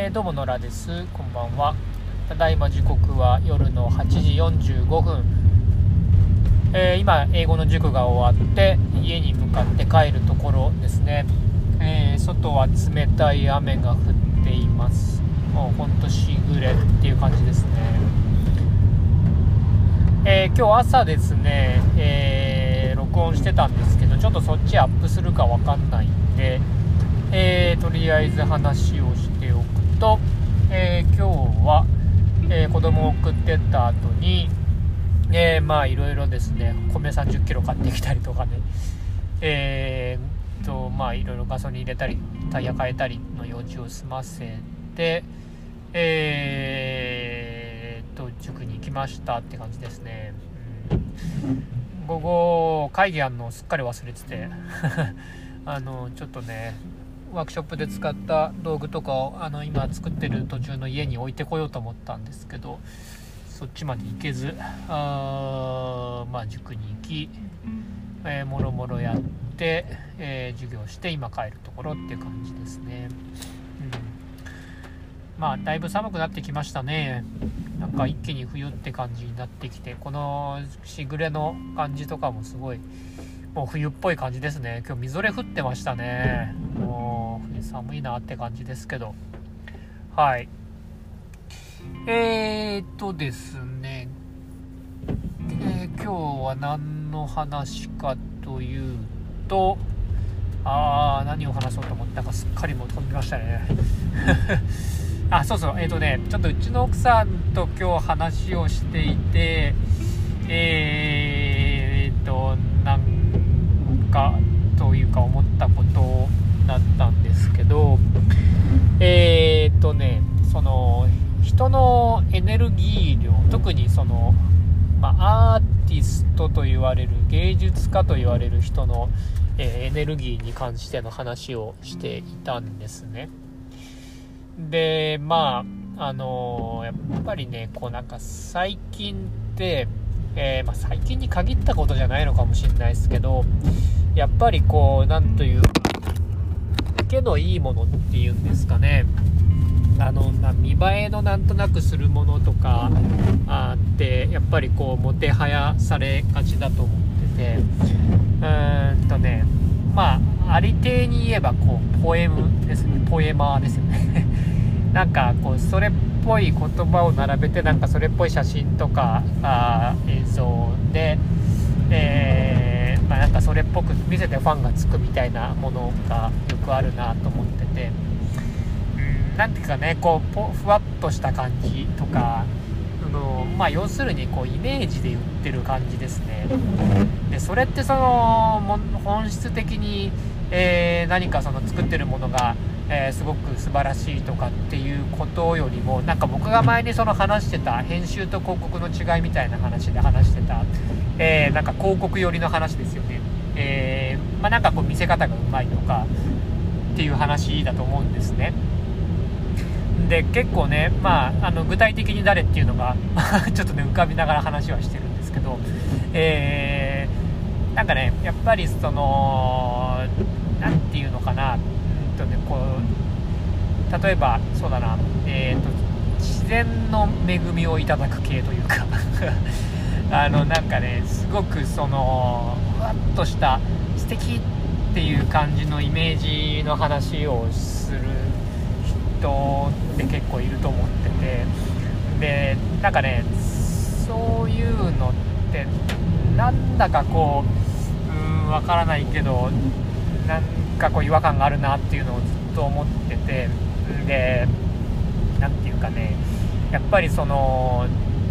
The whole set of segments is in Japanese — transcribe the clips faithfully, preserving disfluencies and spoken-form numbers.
えー、どうも野良です。こんばんは。ただいま時刻は夜のはちじよんじゅうごふん、えー、今英語の塾が終わって家に向かって帰るところですね。えー、外は冷たい雨が降っています。もうほんとしぐれっていう感じですね。えー、今日朝ですね、えー、録音してたんですけど、ちょっとそっちアップするかわかんないんで、えー、とりあえず話をしておくと、えー、今日は、えー、子供を送ってった後に、えー、まあいろいろですね、米さんじゅっキロ買ってきたりとかね、えー、とまあいろいろガソリン入れたりタイヤ変えたりの用事を済ませて、えー、と塾に行きましたって感じですね。うん、午後会議あんのすっかり忘れててあのちょっとねワークショップで使った道具とかをあの今作ってる途中の家に置いてこようと思ったんですけど、そっちまで行けず、あまあ塾に行き、えー、もろもろやって、えー、授業して今帰るところっていう感じですね。うん、まあだいぶ寒くなってきましたね。なんか一気に冬って感じになってきて、このしぐれの感じとかもすごいもう冬っぽい感じですね。今日みぞれ降ってましたね。もう寒いなって感じですけど、はい。えーっとですね、えー、今日は何の話かというと、あー何を話そうと思ったかすっかりもう飛びましたねあ、そうそう、えーっとねちょっとうちの奥さんと今日話をしていて、えーっとなんかというか思ったことだったんですけど、えーっとねその人のエネルギー量、特にその、まあ、アーティストと言われる芸術家と言われる人の、えー、エネルギーに関しての話をしていたんですね。でまああのー、やっぱりねこうなんか最近って、えーまあ、最近に限ったことじゃないのかもしれないですけど、やっぱりこうなんという受けのいいものっていうんですかね、あの見栄えのなんとなくするものとかあってやっぱりこうもてはやされがちだと思ってて、うーんとねまあありていに言えばこうポエムですね、ポエマーですよねなんかこうそれっぽい言葉を並べてなんかそれっぽい写真とかあ映像で、えーまあ、なんかそれっぽく見せてファンがつくみたいなものがよくあるなと思ってて、なんていうかねこうふわっとした感じとか、あのまあ要するにこうイメージで言ってる感じですね。でそれってその本質的に、えー、何かその作ってるものが、えー、すごく素晴らしいとかっていうことよりも、なんか僕が前にその話してた編集と広告の違いみたいな話で話してた、えー、なんか広告寄りの話ですよね。えー、まあなんかこう見せ方がうまいとかっていう話だと思うんですね。で結構ね、まあ、あの具体的に誰っていうのがちょっとね浮かびながら話はしてるんですけど、えー、なんかねやっぱりそのなんていうのかな、うんとねこう例えばそうだな、えーと自然の恵みをいただく系というかあのなんかねすごくそのふわっとした素敵っていう感じのイメージの話をする人って結構いると思ってて、でなんかねそういうのってなんだかこううーんわからないけどなんかこう違和感があるなっていうのをずっと思ってて、でなんていうかねやっぱりその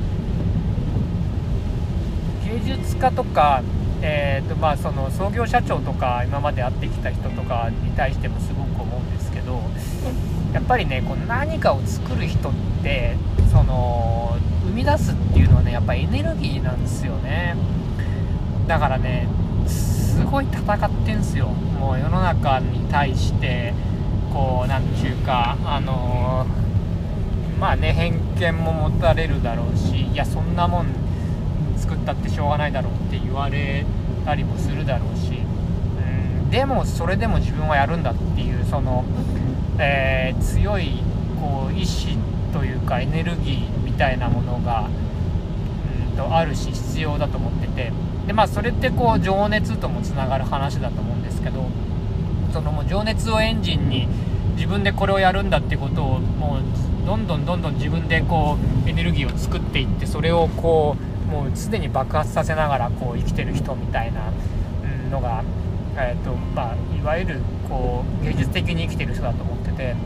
芸術家とか、えーとまあ、その創業社長とか今まで会ってきた人とかに対してもすごく思うんですけど、やっぱりねこう何かを作る人ってその生み出すっていうのはねやっぱエネルギーなんですよね。だからねすごい戦ってんすよ、もう世の中に対してこうなんちゅうかあのー、まあね偏見も持たれるだろうし、いやそんなもん作ったってしょうがないだろうって言われたりもするだろうし、うんでもそれでも自分はやるんだっていうそのえー、強いこう意志というかエネルギーみたいなものがうんとあるし必要だと思ってて、でまあそれってこう情熱ともつながる話だと思うんですけど、そのもう情熱をエンジンに自分でこれをやるんだってことをもうどんどんどんどん自分でこうエネルギーを作っていって、それをこうもうすでに爆発させながらこう生きてる人みたいなのが、えーとまあ、いわゆるこう芸術的に生きてる人だと思ってて、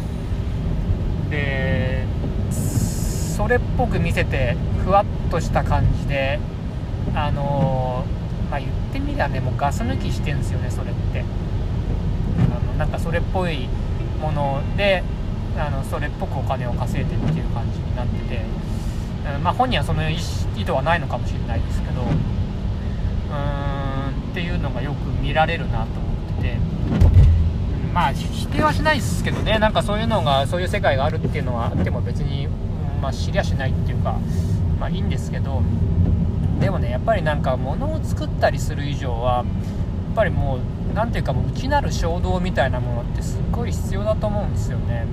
でそれっぽく見せてふわっとした感じで、あのーまあ、言ってみりゃねもうガス抜きしてるんですよね、それって。あのなんかそれっぽいものであのそれっぽくお金を稼いでっていう感じになってて、うんまあ、本人はその意図はないのかもしれないですけど、うーんっていうのがよく見られるなと思ってて、うん、まあ否定はしないですけどね、なんかそういうのがそういう世界があるっていうのはあっても別に、うんまあ、知りゃしないっていうか、まあいいんですけど、でもねやっぱりなんか物を作ったりする以上はやっぱりもうなんていうかもう内なる衝動みたいなものってすっごい必要だと思うんですよね。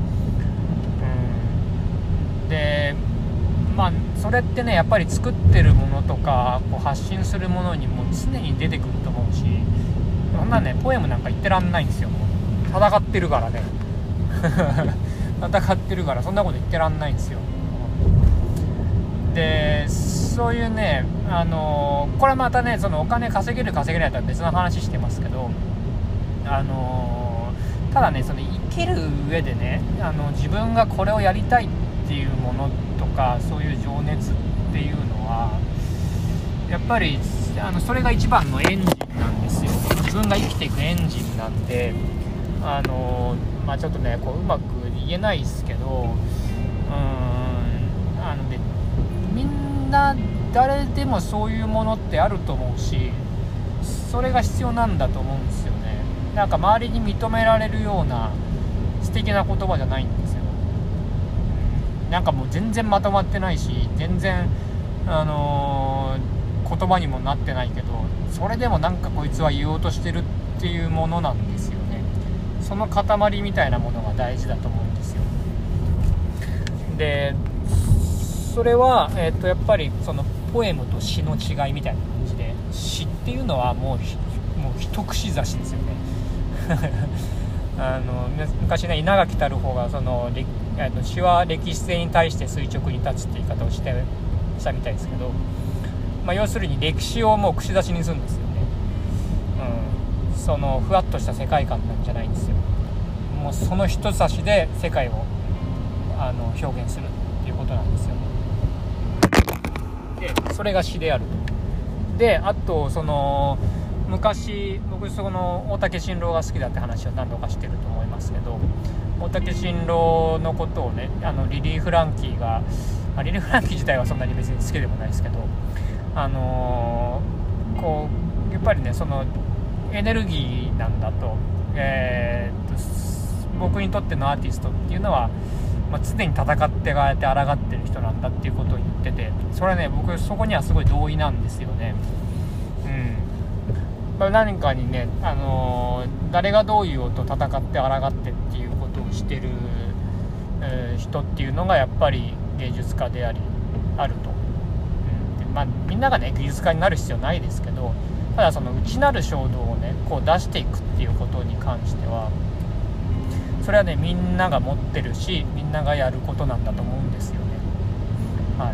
うん、でまあそれってねやっぱり作ってるものとかこう発信するものにも常に出てくると思うし、そんなねポエムなんか言ってらんないんですよ。もう戦ってるからね戦ってるからそんなこと言ってらんないんですよ。でそういうね、あのー、これはまたねそのお金稼げる稼げないとは別の話してますけど、あのー、ただねその生きる上でね、あの自分がこれをやりたいっていうものとかそういう情熱っていうのはやっぱりあのそれが一番のエンジンなんですよ。自分が生きていくエンジンなんで、あのー、まあちょっとねこううまく言えないですけど、うーんあのねみんな誰でもそういうものってあると思うし、それが必要なんだと思うんですよね。なんか周りに認められるような素敵な言葉じゃないんですよ。なんかもう全然まとまってないし全然、あのー、言葉にもなってないけど、それでもなんかこいつは言おうとしてるっていうものなんですよね。その塊みたいなものが大事だと思うんですよ。でそれは、えー、とやっぱりそのポエムと詩の違いみたいな感じで、詩っていうのはもう、もう一串刺しですよねあの昔ね稲垣太郎がその詩は歴史性に対して垂直に立つって言い方をしてしたみたいですけど、まあ、要するに歴史をもう串刺しにするんですよね、うん、そのふわっとした世界観なんじゃないんですよ。もうその一刺しで世界をあの表現するっていうことなんですよ。でそれが詩であると。であとその昔僕その大竹新郎が好きだって話を何度かしてると思いますけど、大竹新郎のことをねあのリリー・フランキーが、まあ、リリー・フランキー自体はそんなに別に好きでもないですけど、あのー、こうやっぱりねそのエネルギーなんだと、えー、っと僕にとってのアーティストっていうのはまあ、常に戦ってがえて抗ってる人なんだっていうことを言ってて、それはね僕そこにはすごい同意なんですよね。うん、何かにね、あのー、誰がどう言おうと戦って抗ってっていうことをしてる、えー、人っていうのがやっぱり芸術家でありあると、うんでまあ、みんながね芸術家になる必要ないですけど、ただその内なる衝動をねこう出していくっていうことに関してはそれはねみんなが持ってるしみんながやることなんだと思うんですよね。はい、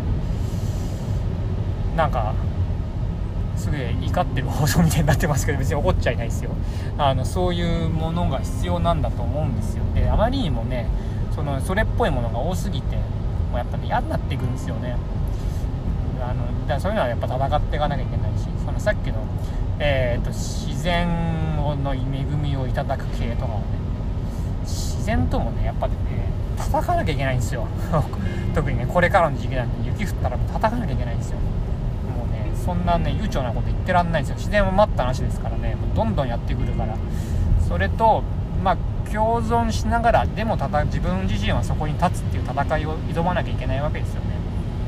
なんかすげえ怒ってる放送みたいになってますけど別に怒っちゃいないですよ。あのそういうものが必要なんだと思うんですよ。であまりにもねそのそれっぽいものが多すぎてもうやっぱね嫌になっていくんですよね。あのだからそういうのはやっぱ戦っていかなきゃいけないし、そのさっきの、えー、と自然の恵みをいただく系とかもね自然ともねやっぱりね叩かなきゃいけないんですよ特にねこれからの時期なんで雪降ったら叩かなきゃいけないんですよ。もうねそんなね悠長なこと言ってらんないんですよ。自然は待った話ですからね、もうどんどんやってくるから。それとまあ共存しながらでもたた自分自身はそこに立つっていう戦いを挑まなきゃいけないわけですよね。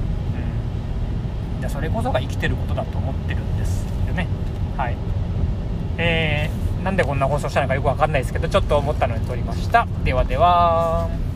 うん、でそれこそが生きてることだと思ってるんですよね。はい、えーなんでこんな放送したのかよくわかんないですけどちょっと思ったので撮りました。ではでは。